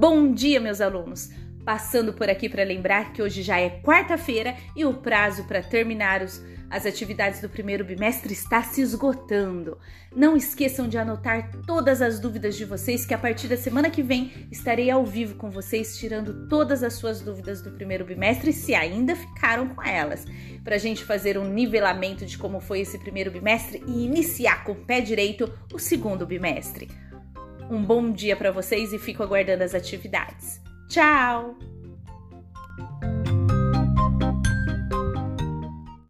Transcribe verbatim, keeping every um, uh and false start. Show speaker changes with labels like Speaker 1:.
Speaker 1: Bom dia, meus alunos! Passando por aqui para lembrar que hoje já é quarta-feira e o prazo para terminar os, as atividades do primeiro bimestre está se esgotando. Não esqueçam de anotar todas as dúvidas de vocês, que a partir da semana que vem estarei ao vivo com vocês, tirando todas as suas dúvidas do primeiro bimestre, se ainda ficaram com elas, para a gente fazer um nivelamento de como foi esse primeiro bimestre e iniciar com o pé direito o segundo bimestre. Um bom dia para vocês e fico aguardando as atividades. Tchau!